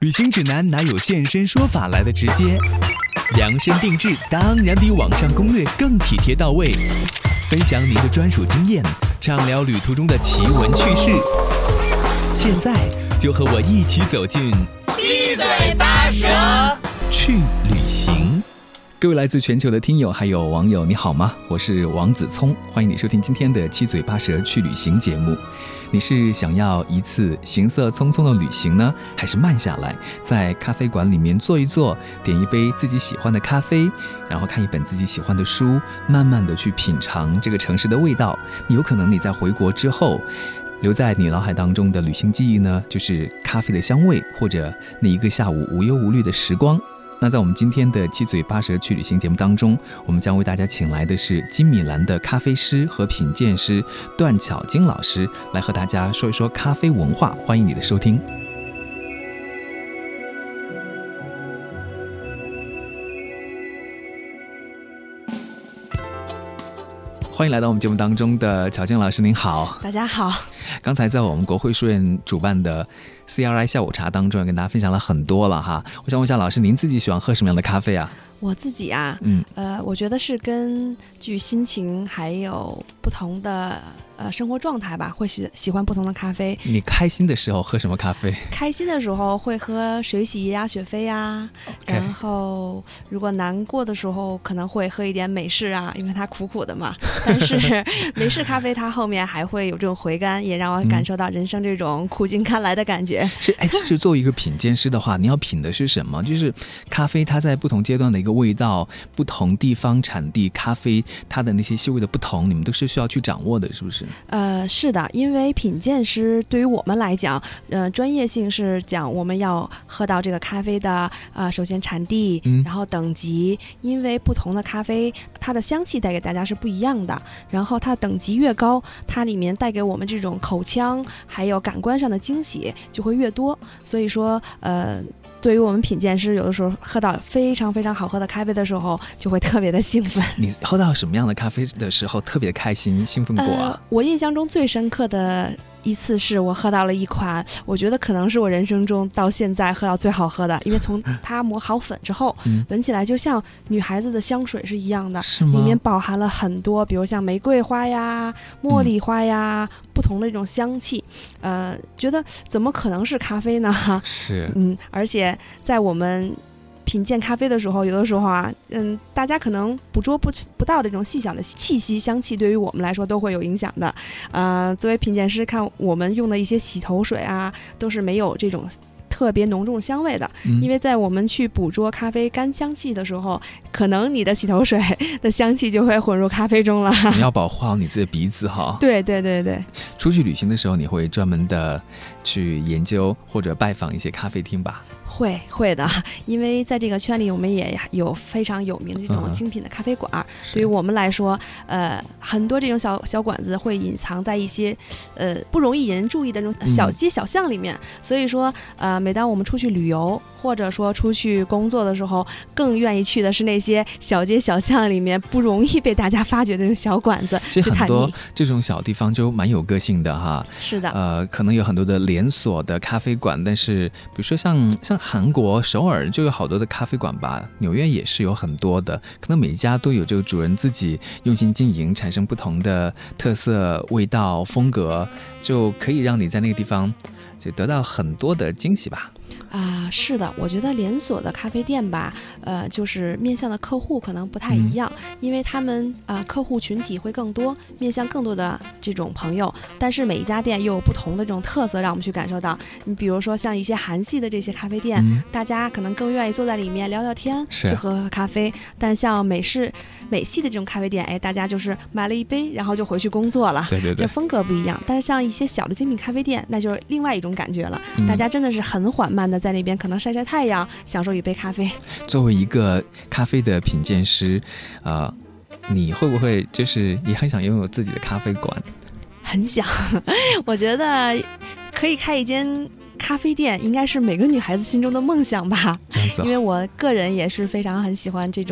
旅行指南哪有现身说法来的直接？量身定制当然比网上攻略更体贴到位。分享您的专属经验，畅聊旅途中的奇闻趣事。现在就和我一起走进七嘴八舌去旅行。各位来自全球的听友还有网友，你好吗？我是王子聪，欢迎你收听今天的七嘴八舌去旅行节目。你是想要一次行色匆匆的旅行呢，还是慢下来，在咖啡馆里面坐一坐，点一杯自己喜欢的咖啡，然后看一本自己喜欢的书，慢慢的去品尝这个城市的味道？有可能你在回国之后，留在你脑海当中的旅行记忆呢，就是咖啡的香味，或者那一个下午无忧无虑的时光。那在我们今天的七嘴八舌去旅行节目当中，我们将为大家请来的是金米兰的咖啡师和品鉴师段巧晶老师，来和大家说一说咖啡文化。欢迎你的收听。欢迎来到我们节目当中的巧晶老师，您好。 大家好。 刚才在我们国会书院主办的 CRI 下午茶当中，跟大家分享了很多了哈。我想问一下老师，您自己喜欢喝什么样的咖啡啊？ 我自己啊，我觉得是根据心情还有不同的生活状态吧，会喜欢不同的咖啡。 你开心的时候喝什么咖啡？ 开心的时候会喝水洗耶加雪菲啊，然后如果难过的时候可能会喝一点美式啊，因为它苦苦的嘛。但是美式咖啡它后面还会有这种回甘，也让我感受到人生这种苦尽甘来的感觉。 是，其实作为一个品鉴师的话，你要品的是什么？就是咖啡它在不同阶段的一个味道，不同地方产地咖啡它的那些细微的不同，你们都是需要去掌握的，是不是？ 是的，因为品鉴师对于我们来讲，专业性是讲我们要喝到这个咖啡的首先产地，然后等级，因为不同的咖啡它的香气带给大家是不一样的，然后它等级越高，它里面带给我们这种口腔还有感官上的惊喜就会越多。所以说对于我们品鉴师，有的时候喝到非常非常好喝的咖啡的时候，就会特别的兴奋。 你喝到什么样的咖啡的时候特别开心兴奋过啊？ 我印象中最深刻的一次是我喝到了一款，我觉得可能是我人生中到现在喝到最好喝的，因为从它磨好粉之后，闻起来就像女孩子的香水是一样的， 是吗？ 里面饱含了很多，比如像玫瑰花呀、茉莉花呀，不同的一种香气。觉得怎么可能是咖啡呢？ 是， 而且在我们品鉴咖啡的时候，有的时候啊，大家可能捕捉不到这种细小的气息香气，对于我们来说都会有影响的。作为品鉴师，看我们用的一些洗头水啊，都是没有这种特别浓重香味的，因为在我们去捕捉咖啡干香气的时候，可能你的洗头水的香气就会混入咖啡中了。 你要保护好你自己的鼻子哈。 对对对对。 出去旅行的时候，你会专门的去研究或者拜访一些咖啡厅吧？ 会的，因为在这个圈里我们也有非常有名的这种精品的咖啡馆，对于我们来说，很多这种小馆子会隐藏在一些不容易引人注意的这种小街小巷里面，所以说每当我们出去旅游或者说出去工作的时候，更愿意去的是那些小街小巷里面不容易被大家发掘的那种小馆子。 其实很多这种小地方就蛮有个性的哈。 是的。 可能有很多的连锁的咖啡馆，但是比如说像韩国首尔就有好多的咖啡馆吧，纽约也是有很多的，可能每一家都有这个主人自己用心经营，产生不同的特色味道风格，就可以让你在那个地方就得到很多的惊喜吧。 是的，我觉得连锁的咖啡店吧，就是面向的客户可能不太一样，因为他们客户群体会更多，面向更多的这种朋友，但是每一家店又有不同的这种特色，让我们去感受到。你比如说像一些韩系的这些咖啡店，大家可能更愿意坐在里面聊聊天，去喝咖啡，但像美系的这种咖啡店，大家就是买了一杯然后就回去工作了， 对对对， 这风格不一样。但是像一些小的精品咖啡店，那就是另外一种感觉了，大家真的是很缓慢的在那边可能晒晒太阳，享受一杯咖啡。 作为一个咖啡的品鉴师，你会不会就是也很想拥有自己的咖啡馆？ 很想，我觉得可以开一间咖啡店应该是每个女孩子心中的梦想吧。 这样子因为我个人也是非常很喜欢这种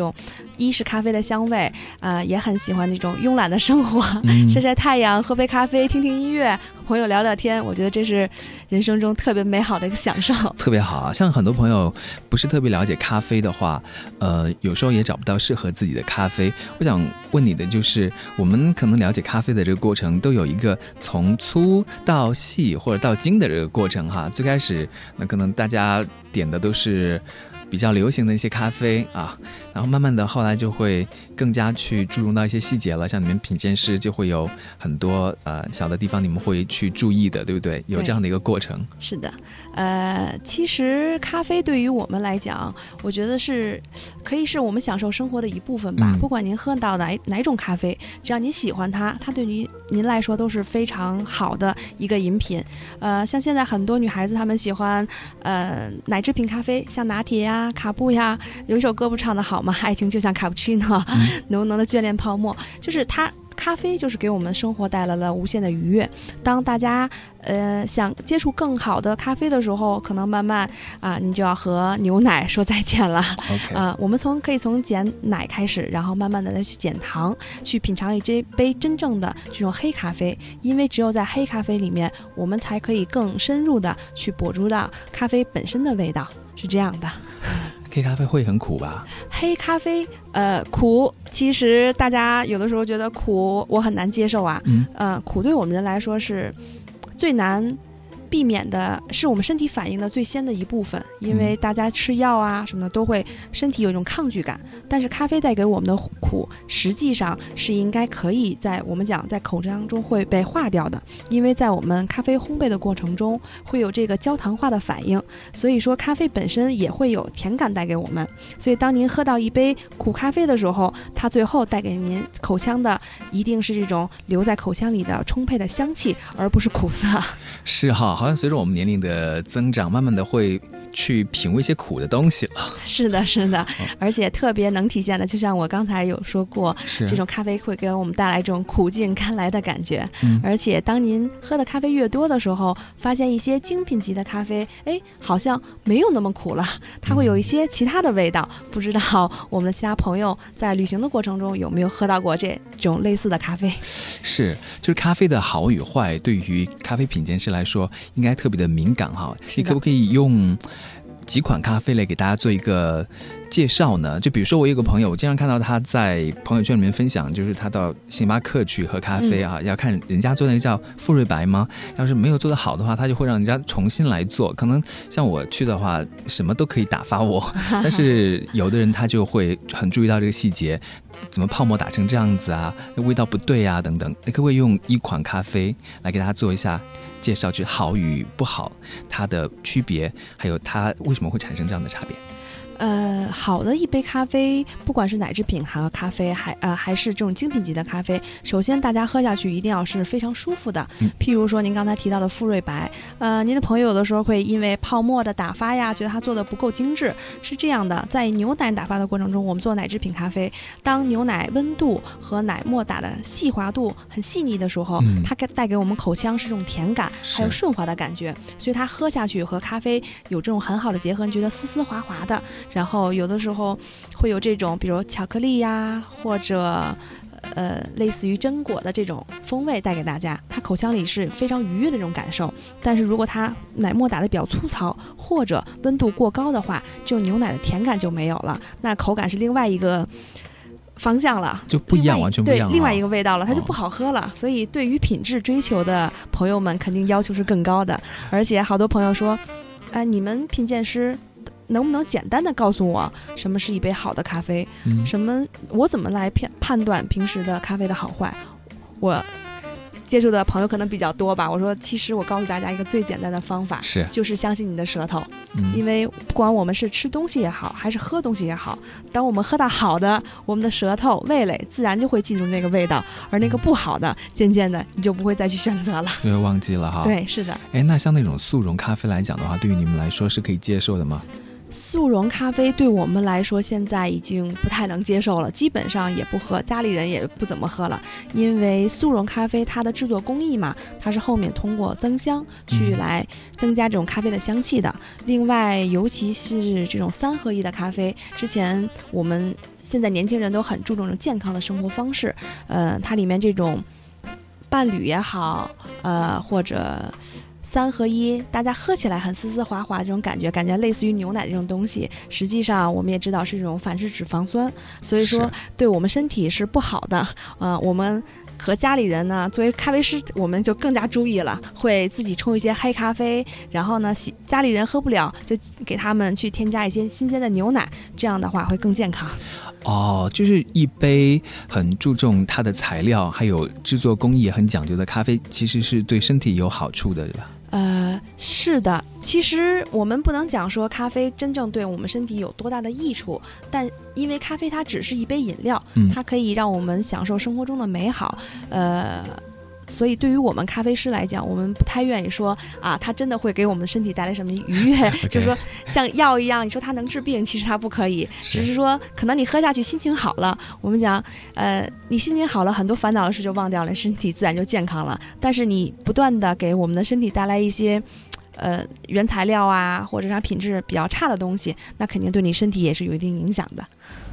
一是咖啡的香味，也很喜欢那种慵懒的生活，晒晒太阳，喝杯咖啡，听听音乐，和朋友聊聊天，我觉得这是人生中特别美好的一个享受。 特别好啊！像很多朋友不是特别了解咖啡的话，有时候也找不到适合自己的咖啡。我想问你的就是，我们可能了解咖啡的这个过程，都有一个从粗到细或者到精的这个过程哈。最开始，那可能大家点的都是比较流行的一些咖啡啊，然后慢慢的后来就会更加去注重到一些细节了，像你们品鉴师就会有很多小的地方你们会去注意的，对不对？有这样的一个过程。 是的，其实咖啡对于我们来讲，我觉得是可以是我们享受生活的一部分吧。不管您喝到哪种咖啡，只要您喜欢它，它对于您来说都是非常好的一个饮品。像现在很多女孩子她们喜欢奶制品咖啡，像拿铁呀、卡布呀，有一首歌不唱得好吗？爱情就像卡布奇诺，浓浓的眷恋泡沫，就是咖啡就是给我们生活带来了无限的愉悦。当大家想接触更好的咖啡的时候，可能慢慢你就要和牛奶说再见了。我们可以从减奶开始，然后慢慢的再去减糖，去品尝这杯真正的这种黑咖啡。因为只有在黑咖啡里面，我们才可以更深入的去捕捉到咖啡本身的味道，是这样的。 黑咖啡会很苦吧？ 黑咖啡苦，其实大家有的时候觉得苦我很难接受啊。苦对我们人来说是最难避免的，是我们身体反应的最先的一部分。因为大家吃药啊什么的都会身体有一种抗拒感，但是咖啡带给我们的苦实际上是应该可以在我们讲在口腔中会被化掉的。因为在我们咖啡烘焙的过程中会有这个焦糖化的反应，所以说咖啡本身也会有甜感带给我们。所以当您喝到一杯苦咖啡的时候，它最后带给您口腔的一定是这种留在口腔里的充沛的香气，而不是苦涩。 是哈，好像随着我们年龄的增长，慢慢的会去品味一些苦的东西了。 是的，是的，而且特别能体现的，就像我刚才有说过，这种咖啡会给我们带来这种苦尽甘来的感觉。而且当您喝的咖啡越多的时候，发现一些精品级的咖啡，好像没有那么苦了，它会有一些其他的味道。不知道我们的其他朋友在旅行的过程中有没有喝到过这种类似的咖啡？ 是，就是咖啡的好与坏，对于咖啡品鉴师来说，应该特别的敏感哈。你可不可以用几款咖啡来给大家做一个介绍呢？就比如说我有个朋友，我经常看到他在朋友圈里面分享，就是他到星巴克去喝咖啡啊，要看人家做那个叫馥芮白吗？要是没有做得好的话，他就会让人家重新来做。可能像我去的话，什么都可以打发我，但是有的人他就会很注意到这个细节，怎么泡沫打成这样子啊，味道不对啊等等。你可不可以用一款咖啡来给大家做一下介绍，就是好与不好它的区别，还有它为什么会产生这样的差别？ 好的一杯咖啡，不管是奶制品和咖啡，还是这种精品级的咖啡，首先大家喝下去一定要是非常舒服的。譬如说您刚才提到的馥芮白，您的朋友有的时候会因为泡沫的打发呀，觉得它做的不够精致。是这样的，在牛奶打发的过程中，我们做奶制品咖啡，当牛奶温度和奶沫打的细滑度很细腻的时候，它带给我们口腔是这种甜感，还有顺滑的感觉，所以它喝下去和咖啡有这种很好的结合，你觉得丝丝滑滑的。然后有的时候会有这种比如巧克力呀，或者类似于榛果的这种风味带给大家，它口腔里是非常愉悦的这种感受。但是如果它奶沫打得比较粗糙，或者温度过高的话，这种牛奶的甜感就没有了，那口感是另外一个方向了， 就不一样，完全不一样， 对，另外一个味道了，它就不好喝了。所以对于品质追求的朋友们，肯定要求是更高的。而且好多朋友说，你们品鉴师能不能简单的告诉我什么是一杯好的咖啡？我怎么来判断平时的咖啡的好坏？我接触的朋友可能比较多吧。我说，其实我告诉大家一个最简单的方法，就是相信你的舌头。因为不管我们是吃东西也好，还是喝东西也好，当我们喝到好的，我们的舌头、味蕾自然就会记住那个味道，而那个不好的，渐渐的你就不会再去选择了， 就会忘记了哈。 对，是的。 那像那种速溶咖啡来讲的话，对于你们来说是可以接受的吗？ 速溶咖啡对我们来说现在已经不太能接受了，基本上也不喝，家里人也不怎么喝了。因为速溶咖啡它的制作工艺嘛，它是后面通过增香去来增加这种咖啡的香气的。另外尤其是这种3合1的咖啡，之前我们现在年轻人都很注重健康的生活方式，它里面这种伴侣也好，或者3合1，大家喝起来很丝丝滑滑这种感觉类似于牛奶这种东西，实际上我们也知道是这种反式脂肪酸，所以说对我们身体是不好的。我们和家里人呢，作为咖啡师，我们就更加注意了，会自己冲一些黑咖啡，然后呢，家里人喝不了，就给他们去添加一些新鲜的牛奶，这样的话会更健康。 就是一杯很注重它的材料还有制作工艺很讲究的咖啡，其实是对身体有好处的，对吧？ 是的，其实我们不能讲说咖啡真正对我们身体有多大的益处，但因为咖啡它只是一杯饮料，它可以让我们享受生活中的美好，所以对于我们咖啡师来讲，我们不太愿意说它真的会给我们的身体带来什么愉悦就是说像药一样，你说它能治病，其实它不可以，只是说可能你喝下去心情好了，我们讲你心情好了，很多烦恼的事就忘掉了，身体自然就健康了。但是你不断的给我们的身体带来一些原材料啊，或者是它品质比较差的东西，那肯定对你身体也是有一定影响的。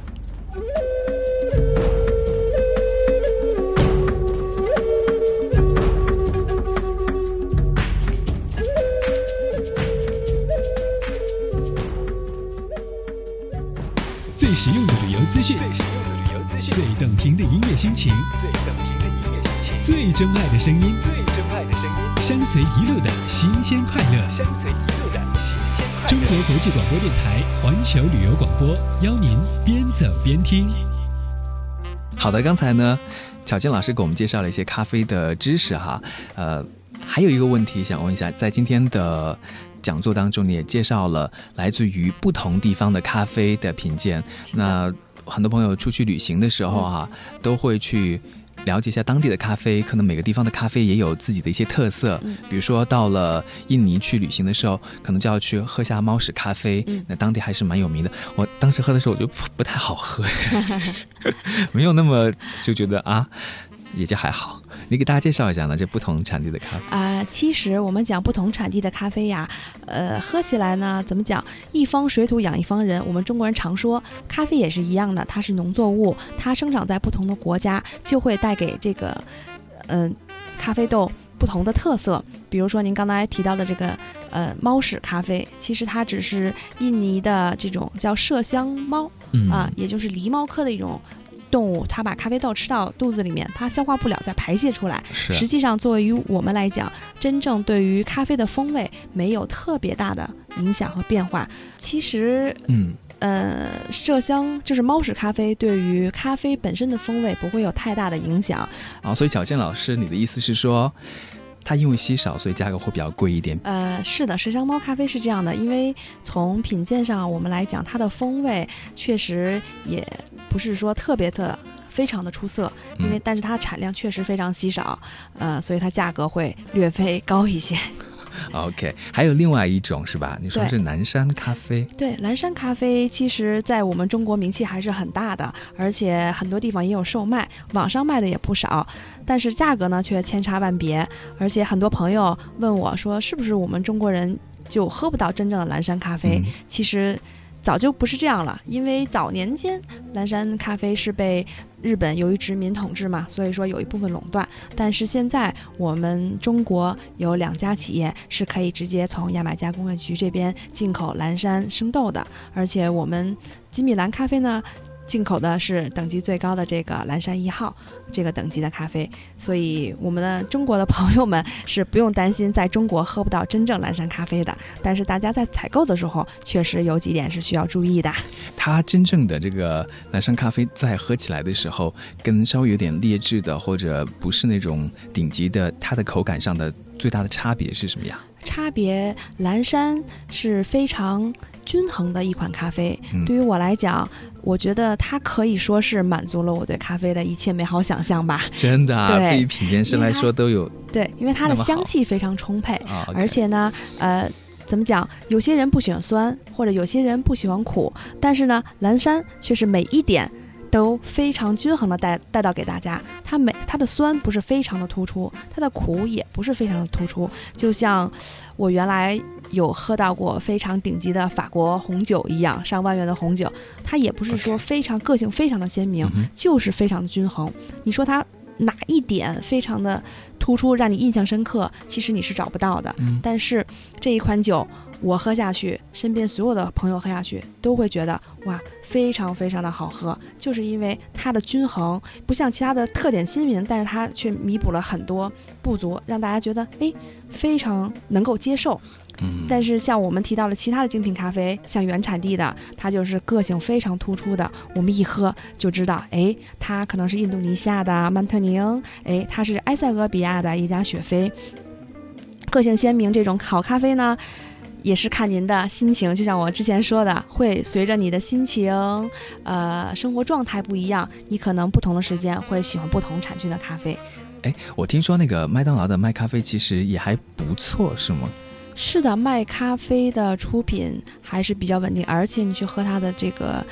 最实用的旅游资讯，最动听的音乐心情，最真爱的声音，相随一路的新鲜快乐。中国国际广播电台环球旅游广播，邀您边走边听。 好的，刚才呢，巧健老师给我们介绍了一些咖啡的知识哈，还有一个问题想问一下，在今天的讲座当中，你也介绍了来自于不同地方的咖啡的品鉴。那很多朋友出去旅行的时候都会去了解一下当地的咖啡，可能每个地方的咖啡也有自己的一些特色。比如说到了印尼去旅行的时候，可能就要去喝下猫屎咖啡，那当地还是蛮有名的。我当时喝的时候我就不太好喝没有那么就觉得也就还好。你给大家介绍一下呢，这不同产地的咖啡其实我们讲不同产地的咖啡呀，喝起来呢，怎么讲，一方水土养一方人。我们中国人常说，咖啡也是一样的，它是农作物，它生长在不同的国家，就会带给这个咖啡豆不同的特色。比如说您刚才提到的这个猫屎咖啡，其实它只是印尼的这种叫麝香猫也就是狸猫科的一种动物，它把咖啡豆吃到肚子里面，它消化不了再排泄出来。实际上作为于我们来讲，真正对于咖啡的风味没有特别大的影响和变化。其实麝香就是猫屎咖啡，对于咖啡本身的风味不会有太大的影响。 所以巧健老师，你的意思是说它因为稀少，所以价格会比较贵一点？ 是的，麝香猫咖啡是这样的，因为从品鉴上我们来讲，它的风味确实也不是说特别的非常的出色，但是它产量确实非常稀少，所以它价格会略微高一些。 OK， 还有另外一种是吧？你说是蓝山咖啡？ 对，蓝山咖啡其实在我们中国名气还是很大的，而且很多地方也有售卖，网上卖的也不少，但是价格呢却千差万别。而且很多朋友问我说，是不是我们中国人就喝不到真正的蓝山咖啡？其实早就不是这样了，因为早年间蓝山咖啡是被日本由于殖民统治嘛，所以说有一部分垄断。但是现在我们中国有2家企业是可以直接从牙买加工业局这边进口蓝山生豆的，而且我们金米蓝咖啡呢进口的是等级最高的这个蓝山1号这个等级的咖啡，所以我们的中国的朋友们是不用担心在中国喝不到真正蓝山咖啡的。但是大家在采购的时候确实有几点是需要注意的。 它真正的这个蓝山咖啡在喝起来的时候，跟稍微有点劣质的或者不是那种顶级的，它的口感上的最大的差别是什么呀？ 差别，蓝山是非常均衡的一款咖啡，对于我来讲，我觉得它可以说是满足了我对咖啡的一切美好想象吧。 真的对于品鉴师来说都有。 对，因为它的香气非常充沛，而且呢怎么讲？有些人不喜欢酸，或者有些人不喜欢苦，但是呢，蓝山却是每一点都非常均衡的带到给大家。它的酸不是非常的突出，它的苦也不是非常的突出。就像我原来有喝到过非常顶级的法国红酒一样，上万元的红酒，它也不是说非常个性非常的鲜明，就是非常的均衡。你说它哪一点非常的突出让你印象深刻，其实你是找不到的。但是这一款酒我喝下去，身边所有的朋友喝下去都会觉得哇，非常非常的好喝，就是因为它的均衡，不像其他的特点亲民，但是它却弥补了很多不足，让大家觉得非常能够接受。但是像我们提到了其他的精品咖啡，像原产地的，它就是个性非常突出的，我们一喝就知道，它可能是印度尼西亚的曼特宁，它是埃塞俄比亚的一家雪菲，个性鲜明。这种好咖啡呢，也是看您的心情，就像我之前说的，会随着你的心情生活状态不一样，你可能不同的时间会喜欢不同产区的咖啡。 我听说那个麦当劳的麦咖啡其实也还不错，是吗？ 是的，麦咖啡的出品还是比较稳定，而且你去喝它的这个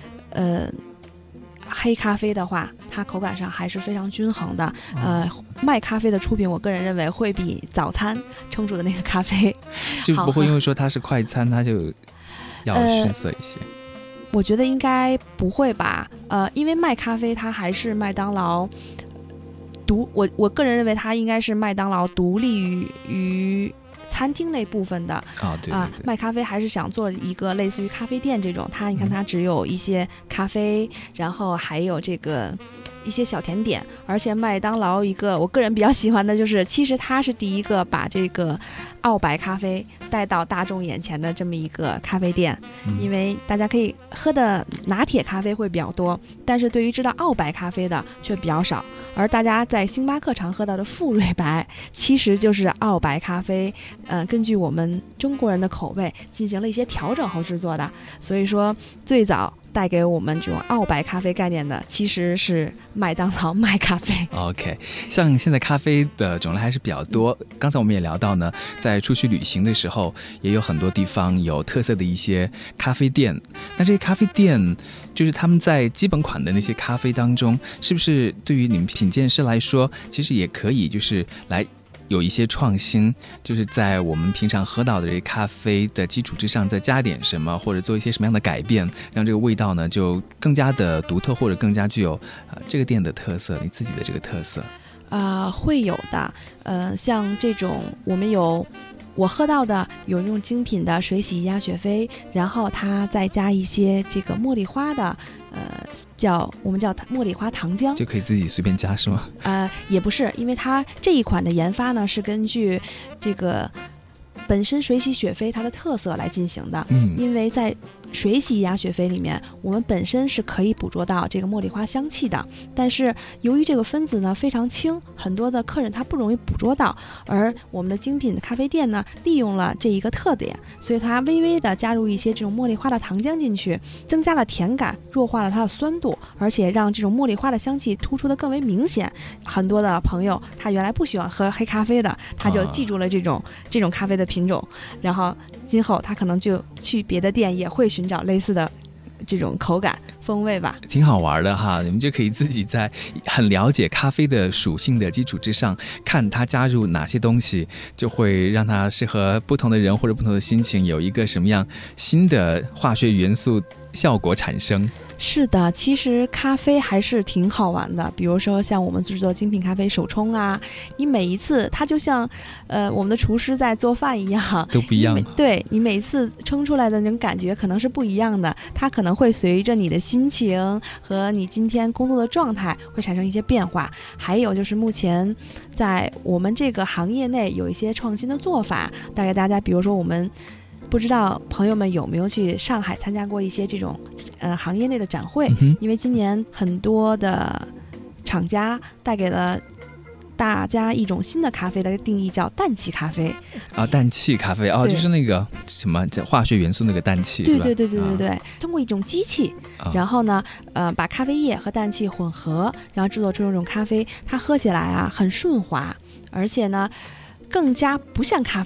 黑咖啡的话，它口感上还是非常均衡的。麦咖啡的出品，我个人认为会比早餐冲煮的那个咖啡就不会因为说它是快餐，它就要逊色一些。 我觉得应该不会吧，因为麦咖啡它还是麦当劳我个人认为它应该是麦当劳独立于餐厅那部分的对， 麦咖啡还是想做一个类似于咖啡店这种，你看它只有一些咖啡，然后还有这个一些小甜点。而且麦当劳一个我个人比较喜欢的就是，其实它是第一个把这个澳白咖啡带到大众眼前的这么一个咖啡店。因为大家可以喝的拿铁咖啡会比较多，但是对于知道澳白咖啡的却比较少。而大家在星巴克常喝到的馥芮白，其实就是澳白咖啡，根据我们中国人的口味进行了一些调整后制作的。所以说，最早带给我们这种澳白咖啡概念的，其实是麦当劳麦咖啡。 OK， 像现在咖啡的种类还是比较多。刚才我们也聊到呢，在出去旅行的时候，也有很多地方有特色的一些咖啡店。那这些咖啡店，就是他们在基本款的那些咖啡当中，是不是对于你们品鉴师来说，其实也可以就是来有一些创新，就是在我们平常喝到的这些咖啡的基础之上再加点什么，或者做一些什么样的改变，让这个味道呢就更加的独特，或者更加具有这个店的特色，你自己的这个特色。 会有的。像这种我喝到的有那种精品的水洗鸭雪菲，然后它再加一些这个茉莉花的，我们叫茉莉花糖浆， 就可以自己随便加是吗？ 也不是，因为它这一款的研发呢是根据这个本身水洗雪菲它的特色来进行的。因为在水洗鸭雪菲里面，我们本身是可以捕捉到这个茉莉花香气的，但是由于这个分子呢非常轻，很多的客人他不容易捕捉到，而我们的精品的咖啡店呢利用了这一个特点，所以它微微的加入一些这种茉莉花的糖浆进去，增加了甜感，弱化了它的酸度，而且让这种茉莉花的香气突出的更为明显。很多的朋友他原来不喜欢喝黑咖啡的，他就记住了这种咖啡的品种，然后今后他可能就去别的店也会寻找类似的这种口感风味吧。 挺好玩的哈，你们就可以自己在很了解咖啡的属性的基础之上，看它加入哪些东西，就会让它适合不同的人或者不同的心情，有一个什么样新的化学元素效果产生。 是的，其实咖啡还是挺好玩的。比如说像我们制作精品咖啡手冲啊，你每一次它就像我们的厨师在做饭一样， 都不一样。 对，你每次冲出来的那种感觉可能是不一样的，它可能会随着你的心情和你今天工作的状态会产生一些变化。还有就是目前在我们这个行业内有一些创新的做法，带给大家。比如说我们不知道朋友们有没有去上海参加过一些这种行业内的展会，因为今年很多的厂家带给了大家一种新的咖啡的定义，叫氮气咖啡。 氮气咖啡就是那个什么叫化学元素那个氮气， 对对对对对对，通过一种机器，然后呢把咖啡液和氮气混合，然后制作出这种咖啡，它喝起来很顺滑，而且呢更加不像咖啡，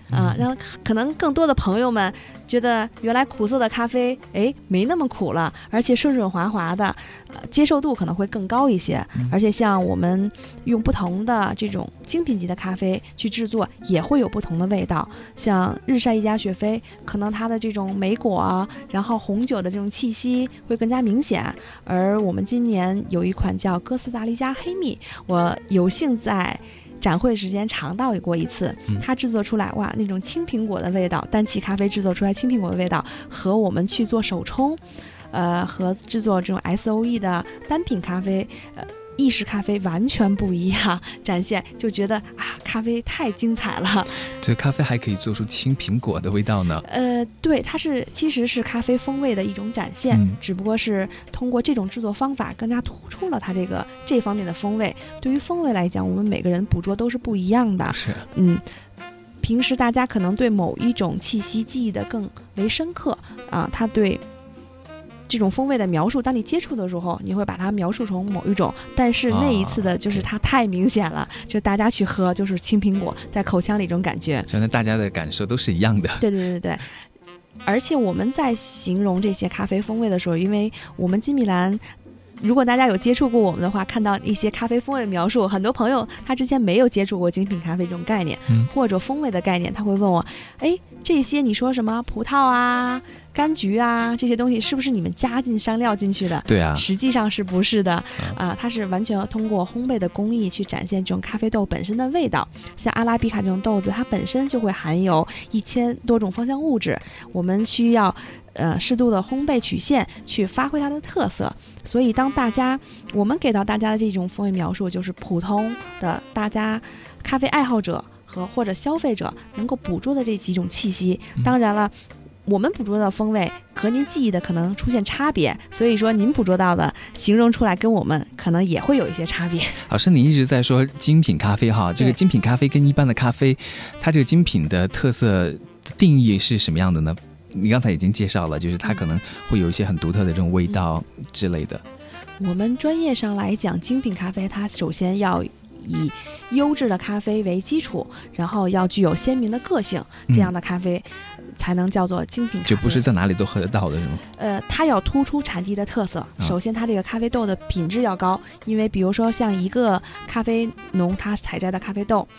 让可能更多的朋友们觉得原来苦涩的咖啡没那么苦了，而且顺顺滑滑的，接受度可能会更高一些。而且像我们用不同的这种精品级的咖啡去制作，也会有不同的味道。像日晒一家雪菲，可能它的这种莓果然后红酒的这种气息会更加明显。而我们今年有一款叫哥斯达黎加黑蜜，我有幸在展会时间尝到过一次，它制作出来那种青苹果的味道，单汽咖啡制作出来青苹果的味道，和我们去做手冲和制作这种 SOE 的单品咖啡意式咖啡完全不一样，展现就觉得咖啡太精彩了。 这咖啡还可以做出青苹果的味道呢？ 对，它其实是咖啡风味的一种展现，只不过是通过这种制作方法更加突出了它这方面的风味。对于风味来讲，我们每个人捕捉都是不一样的。 是， 平时大家可能对某一种气息记忆的更为深刻它对这种风味的描述，当你接触的时候，你会把它描述成某一种，但是那一次的就是它太明显了，就大家去喝就是青苹果在口腔里这种感觉， 所以大家的感受都是一样的。 对。而且我们在形容这些咖啡风味的时候，因为我们金米兰，如果大家有接触过我们的话，看到一些咖啡风味的描述，很多朋友他之前没有接触过精品咖啡这种概念，或者风味的概念，他会问我，这些你说什么葡萄柑橘这些东西是不是你们加进香料进去的？ 对啊， 实际上是不是的它是完全通过烘焙的工艺去展现这种咖啡豆本身的味道。像阿拉比卡这种豆子，它本身就会含有1000多种芳香物质，我们需要适度的烘焙曲线去发挥它的特色。所以当我们给到大家的这种风味描述，就是普通的大家咖啡爱好者或者消费者能够捕捉的这几种气息。当然了，我们捕捉的风味和您记忆的可能出现差别，所以说您捕捉到的形容出来跟我们可能也会有一些差别。 老师，你一直在说精品咖啡这个精品咖啡跟一般的咖啡，它这个精品的特色定义是什么样的呢？你刚才已经介绍了，就是它可能会有一些很独特的这种味道之类的。 我们专业上来讲，精品咖啡它首先要以优质的咖啡为基础，然后要具有鲜明的个性，这样的咖啡才能叫做精品咖啡， 就不是在哪里都喝得到的是吗？ 它要突出产地的特色。首先它这个咖啡豆的品质要高，因为比如说像一个咖啡农他采摘的咖啡豆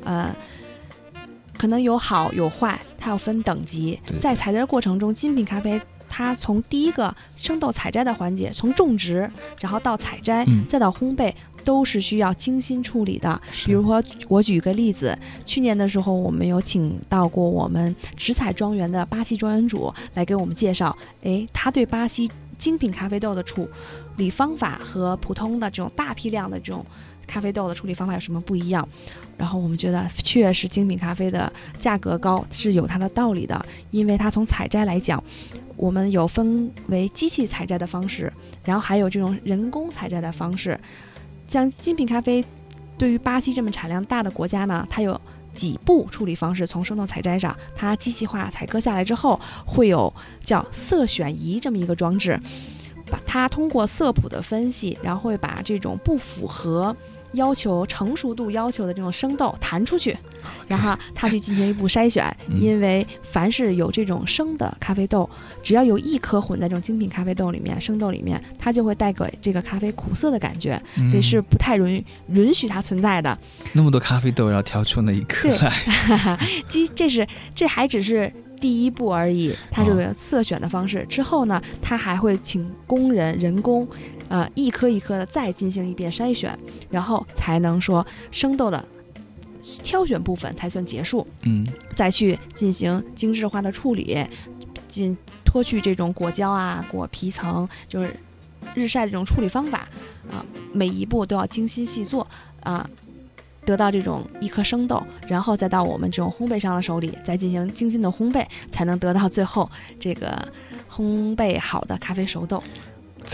可能有好有坏，它要分等级。在采摘的过程中，精品咖啡它从第一个生豆采摘的环节，从种植然后到采摘再到烘焙，都是需要精心处理的。比如说我举个例子，去年的时候我们有请到过我们直采庄园的巴西庄园主来给我们介绍，他对巴西精品咖啡豆的处理方法和普通的这种大批量的这种咖啡豆的处理方法有什么不一样。然后我们觉得确实精品咖啡的价格高是有它的道理的，因为它从采摘来讲，我们有分为机器采摘的方式，然后还有这种人工采摘的方式。像精品咖啡对于巴西这么产量大的国家呢，它有几步处理方式。从生豆采摘上，它机器化采割下来之后，会有叫色选仪这么一个装置，把它通过色谱的分析，然后会把这种不符合要求成熟度要求的这种生豆弹出去，然后它去进行一步筛选。因为凡是有这种生的咖啡豆，只要有一颗混在这种精品咖啡豆里面，生豆里面，它就会带给这个咖啡苦涩的感觉，所以是不太允许它存在的。 那么多咖啡豆要挑出那一颗来， 这还只是第一步而已。它这个色选的方式之后呢，它还会请工人工一颗一颗的再进行一遍筛选，然后才能说生豆的挑选部分才算结束。再去进行精致化的处理，脱去这种果胶果皮层，就是日晒的这种处理方法每一步都要精心细做得到这种一颗生豆，然后再到我们这种烘焙商的手里，再进行精心的烘焙，才能得到最后这个烘焙好的咖啡熟豆。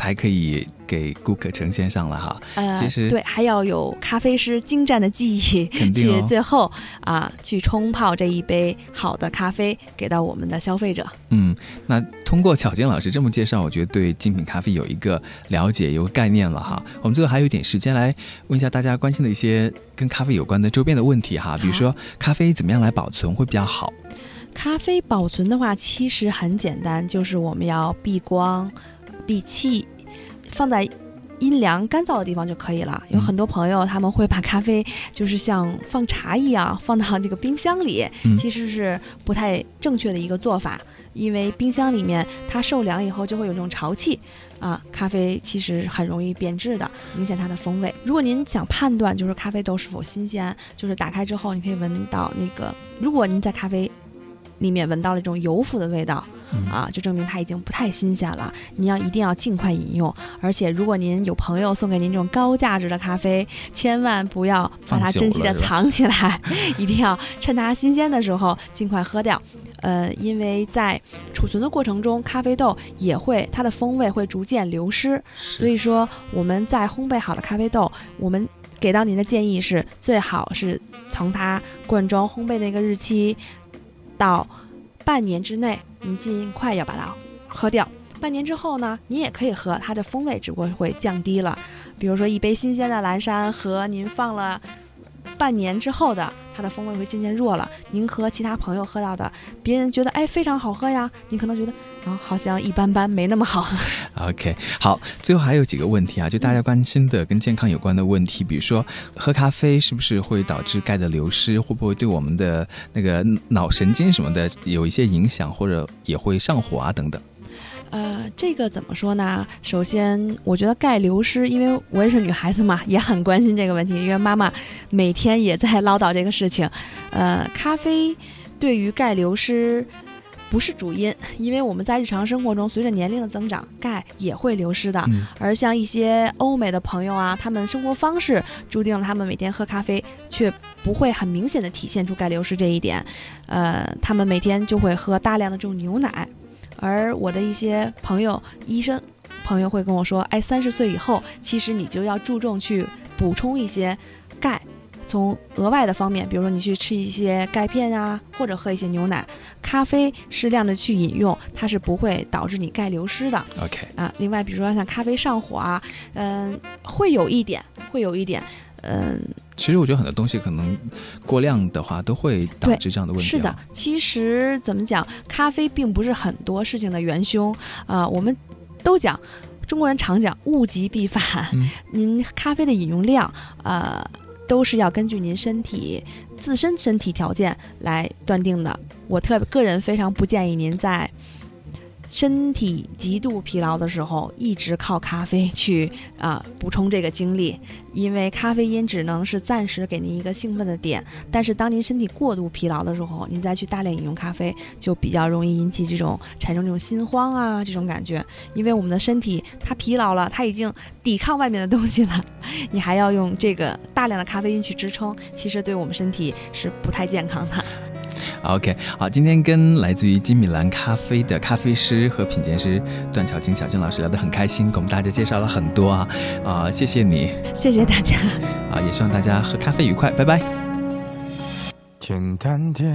才可以给顾客呈现上了哈。其实对，还要有咖啡师精湛的技艺， 肯定去最后去冲泡这一杯好的咖啡给到我们的消费者。 那通过巧晶老师这么介绍，我觉得对精品咖啡有一个了解，有个概念了哈。我们最后还有一点时间来问一下大家关心的一些跟咖啡有关的周边的问题哈，比如说咖啡怎么样来保存会比较好？ 咖啡保存的话其实很简单，就是我们要避光闭气，放在阴凉干燥的地方就可以了。有很多朋友他们会把咖啡就是像放茶一样放到这个冰箱里，其实是不太正确的一个做法，因为冰箱里面它受凉以后就会有这种潮气咖啡其实很容易变质的，影响它的风味。如果您想判断就是咖啡豆是否新鲜，就是打开之后你可以闻到那个，如果您在咖啡里面闻到了这种油腐的味道就证明它已经不太新鲜了，您一定要尽快饮用。而且如果您有朋友送给您这种高价值的咖啡，千万不要把它珍惜的藏起来，一定要趁它新鲜的时候尽快喝掉。因为在储存的过程中，咖啡豆也会它的风味会逐渐流失，所以说我们在烘焙好的咖啡豆，我们给到您的建议是最好是从它罐装烘焙的一个日期到半年之内，您尽快要把它喝掉。半年之后呢，您也可以喝，它的风味只不过会降低了。比如说一杯新鲜的蓝山和您放了半年之后的，它的风味会渐渐弱了。您和其他朋友喝到的，别人觉得非常好喝呀，您可能觉得好像一般般，没那么好喝。 OK， 好，最后还有几个问题就大家关心的跟健康有关的问题，比如说喝咖啡是不是会导致钙的流失，会不会对我们的那个脑神经什么的有一些影响，或者也会上火等等。 这个怎么说呢？首先我觉得钙流失，因为我也是女孩子嘛，也很关心这个问题，因为妈妈每天也在唠叨这个事情。咖啡对于钙流失不是主因，因为我们在日常生活中随着年龄的增长，钙也会流失的。而像一些欧美的朋友他们生活方式注定了他们每天喝咖啡却不会很明显的体现出钙流失这一点。他们每天就会喝大量的这种牛奶。而我的一些朋友医生朋友会跟我说30岁以后其实你就要注重去补充一些钙，从额外的方面，比如说你去吃一些钙片或者喝一些牛奶。咖啡适量的去饮用，它是不会导致你钙流失的。 OK 另外比如说像咖啡上火会有一点其实我觉得很多东西可能过量的话都会导致这样的问题。 是的，其实怎么讲，咖啡并不是很多事情的元凶我们都讲，中国人常讲物极必反。您咖啡的饮用量都是要根据您自身身体条件来断定的。我个人非常不建议您在身体极度疲劳的时候一直靠咖啡去补充这个精力，因为咖啡因只能是暂时给您一个兴奋的点，但是当您身体过度疲劳的时候，您再去大量饮用咖啡就比较容易引起产生这种心慌这种感觉。因为我们的身体它疲劳了，它已经抵抗外面的东西了，你还要用这个大量的咖啡因去支撑，其实对我们身体是不太健康的。 OK， 好，今天跟来自于金米兰咖啡的咖啡师和品鉴师段巧晶老师聊得很开心，给我们大家介绍了很多谢谢你， 谢谢大家也希望大家喝咖啡愉快，拜拜。 简单点，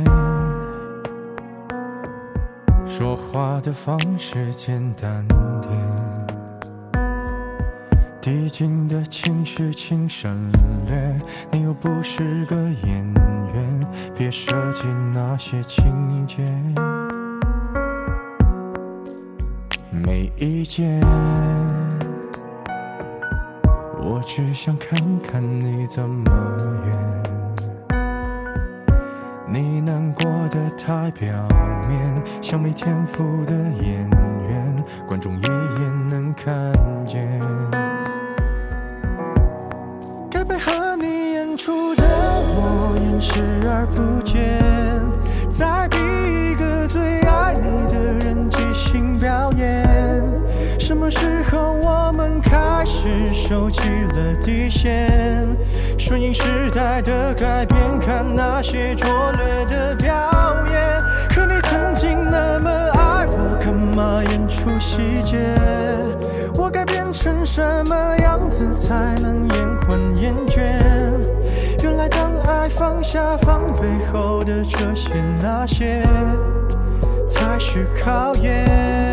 说话的方式简单点，递进的情绪请省略，你又不是个演员，别设计那些情节。没意见，我只想看看你怎么演。你难过的太表面，像没天赋的演员，观众一眼能看见。该配合你演出的我演视而不见，再逼一个最爱你的人即兴表演。什么时候我们开始收起了底线？顺应时代的改变，看那些拙劣的表演。可你曾经那么爱我，干嘛演出细节？我改变成什么样子才能延缓厌倦？原来当爱放下防备后的这些那些，才是考验。